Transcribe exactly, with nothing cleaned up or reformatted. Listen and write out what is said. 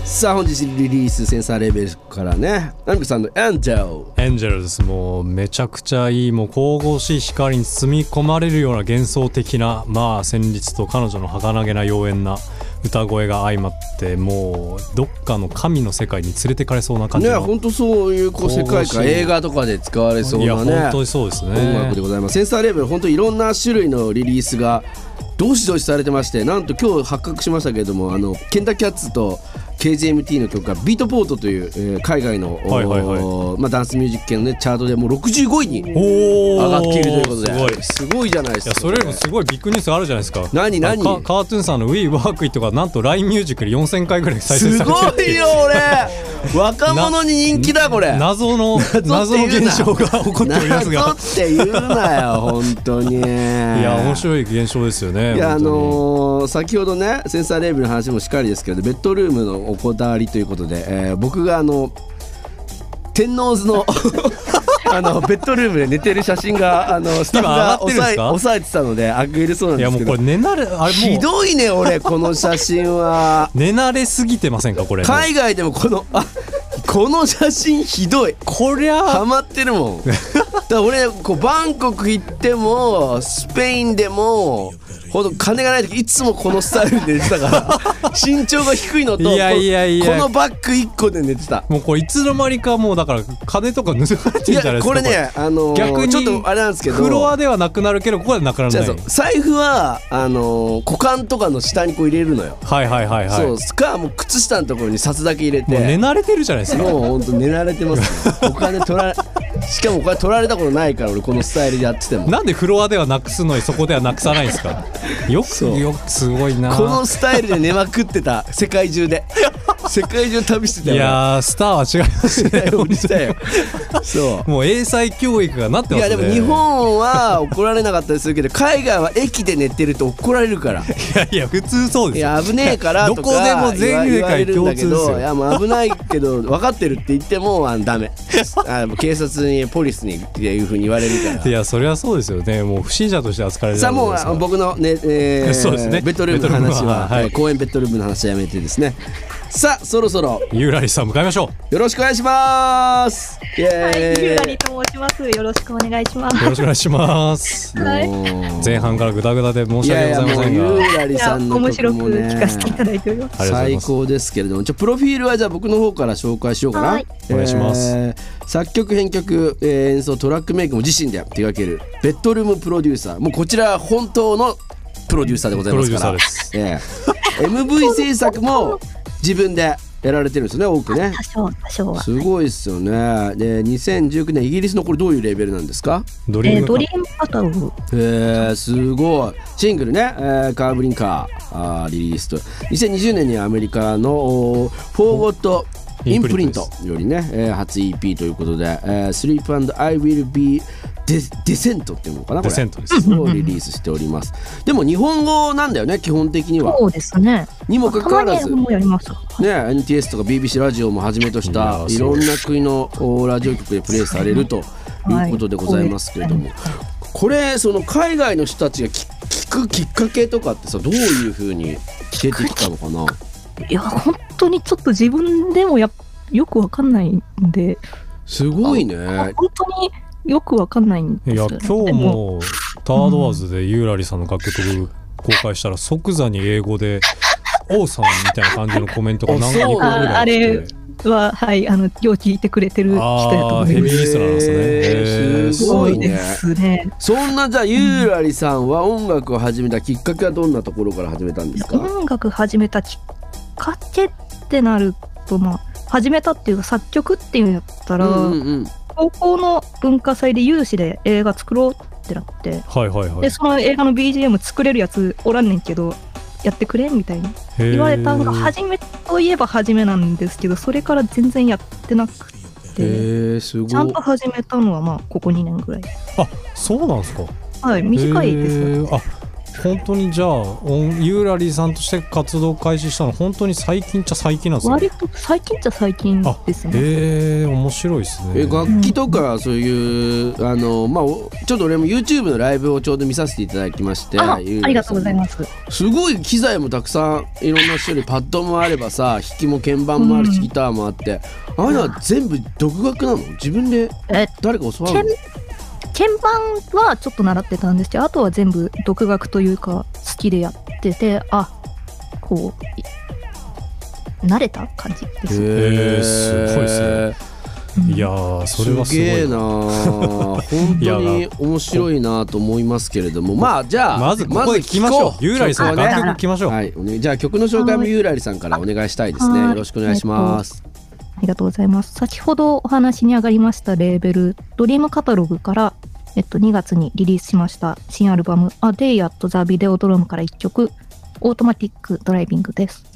さあ本日リリースセンサーレーベルからね、ナミコさんのエンジェルエンジェルです。もうめちゃくちゃいい、もう神々しい光に包み込まれるような幻想的な、まあ旋律と彼女の儚げな妖艶な歌声が相まって、もうどっかの神の世界に連れてかれそうな感じのね、本当そういうこう世界観、映画とかで使われそうなね、 いや本当にそうですね、 音楽でございます。センサーレーベル本当にいろんな種類のリリースがどしどしされてまして、なんと今日発覚しましたけれども、あのケンタキャッツと ケージーエムティー の曲がビートポートという、えー、海外の、はいはいはい、まあ、ダンスミュージック系の、ね、チャートでもうろくじゅうごいに上がっているということで、すごい、すごいじゃないですか。 いやそれよりもすごいビッグニュースあるじゃないですか。 何何カ, カートゥーンさんの We Work It がなんと ライン ミュージックでよんせんかいぐらい再生されてる。 すごいよ俺若者に人気だこれ。 謎の謎の現象が起こっておりますが、 謎って言うなよ本当に。いや面白い現象ですよね。 いやあのー、先ほどねセンサーレーベルの話もしっかりですけど、ベッドルームのおこだわりということで、えー、僕があの天王洲のあのベッドルームで寝てる写真があのスタッフが押さえ、押さえてたのであげるそうなんですけど、 いやもうこれ寝慣れあれもうひどいね俺この写真は寝慣れすぎてませんかこれ。 海外でもこのあこの写真ひどい。 こりゃハマってるもんだから俺こうバンコク行ってもスペインでもほんと金がない時いつもこのスタイルで寝てたから身長が低いのと、いやいやいやこのバッグいっこで寝てた。 もうこれいつの間にかもうだから金とか盗まれてるんじゃないですか。いやこれねあのー、逆にちょっとあれなんですけど、 フロアではなくなるけどここでなくならない。 財布はあのー、股間とかの下にこう入れるのよ。 はいはいはいはい。 そうかもう靴下のところに札だけ入れて、 もう寝慣れてるじゃないですか。 もうほんと寝慣れてますねお金取られしかもこれ取られたことないから俺このスタイルでやってても。 なんでフロアではなくすのにそこではなくさないんですか。よくよくすごいな。 このスタイルで寝まくってた世界中で世界中旅してたよ。 いやースターは違いますねそうもう英才教育がなってますね。 いやでも日本は怒られなかったりするけど海外は駅で寝てると怒られるから。いやいや普通そうですよ。 いや危ねえからとかどこでも全世界共通ですよ。 いやもう危ないけど分かってるって言ってもあのダメあ警察にポリスにっていうふうに言われるから。 いやそれはそうですよね。もう不審者として扱われる。 さあもう僕のね、えー、そうですねベッドルームの話は、はい、公園ベッドルームの話はやめてですね。さあそろそろユーラリさん迎えましょう。よろしくお願いします。 イエーイ、はい、ユーラリと申します。よろしくお願いします。 よろしくお願いします、はい、前半からグダグダで申し訳ございませんが、 ユーラリさんの曲も、ね、 面白く聞かせていただいております。 最高ですけれども、ちょプロフィールはじゃあ僕の方から紹介しようかな、はい、 お願いします、 えー、作曲編曲、えー、演奏トラックメイクも自身で手掛けるベッドルームプロデューサー、もうこちらは本当のプロデューサーでございますから、えー、エムブイ 制作も自分でやられてるんですよね、多くね。 多少多少はすごいですよね。でにせんじゅうきゅうねんイギリスのこれどういうレベルなんですか。 ドリーム、 えー、ドリームパタウえー、すごいシングルね、えー、カーブリンカーあーリリースとにせんにじゅうねんにアメリカのフォーゴットインプリントよりね、えー、初 イーピー ということで、えー、Sleep and I Will Be デ, デセントっていうのかな、これデセントですをリリースしております。でも日本語なんだよね基本的には。 そうですね。 にもかかわらずもやりますね、エヌティーエス とか ビービーシー ラジオもはじめとしたいろんな国のラジオ局でプレイされるということでございますけれども、はい、これその海外の人たちが聞くきっかけとかってさどういうふうに出てきたのかな。 いや本当にちょっと自分でもやよくわかんないんで。 すごいね。 本当によくわかんないんです。 いや今日もタードワーズでユーラリさんの楽曲公開したら即座に英語で「オーサム」みたいな感じのコメントが何個ぐらいあれははいあのよう聞いてくれてる人やと思います。 ヘビーリスナーなんですね。 えー、すごいね。 ですね。 そんなじゃあユーラリさんは音楽を始めたきっかけはどんなところから始めたんですか。 音楽始めたきっかけってなるとまあ始めたっていうか作曲っていうんやったら、うんうん、高校の文化祭で有志で映画作ろうってなって、 はいはいはい、 でその映画の ビージーエム 作れるやつおらんねんけどやってくれみたいに言われたのが初めといえば初めなんですけど、それから全然やってなくて、 すごい。 ちゃんと始めたのはまあここにねんぐらい。 あ、そうなんですか。 はい、短いですよ。 あ、 本当にじゃあ音ユーラリーさんとして活動開始したの本当に最近っちゃ最近なんですね。 割と最近っちゃ最近ですね。 へえー、面白いですね。 え楽器とかそういう、あのまあちょっと俺も YouTube のライブをちょうど見させていただきまして、 あありがとうございます。 すごい機材もたくさんいろんな種類パッドもあればさ、弾きも鍵盤もあるし、ギターもあって、ああいうのは全部独学なの？自分で誰か教わるの？ 鍵盤はちょっと習ってたんですけど、あとは全部独学というか好きでやってて、あこう慣れた感じです。 へー、すごいですね。いやーそれはすごい。 すげえな本当に面白いなと思いますけれども、まあじゃあまずここで聞きましょう。ユーラリさんの楽曲聞きましょう。 はい、じゃあ曲の紹介もユーラリさんからお願いしたいですね。よろしくお願いします。 ありがとうございます。先ほどお話に上がりましたレーベルドリームカタログから、えっと、にがつにリリースしました新アルバム A Day at the Videodrome からいっきょくオートマティックドライビングです。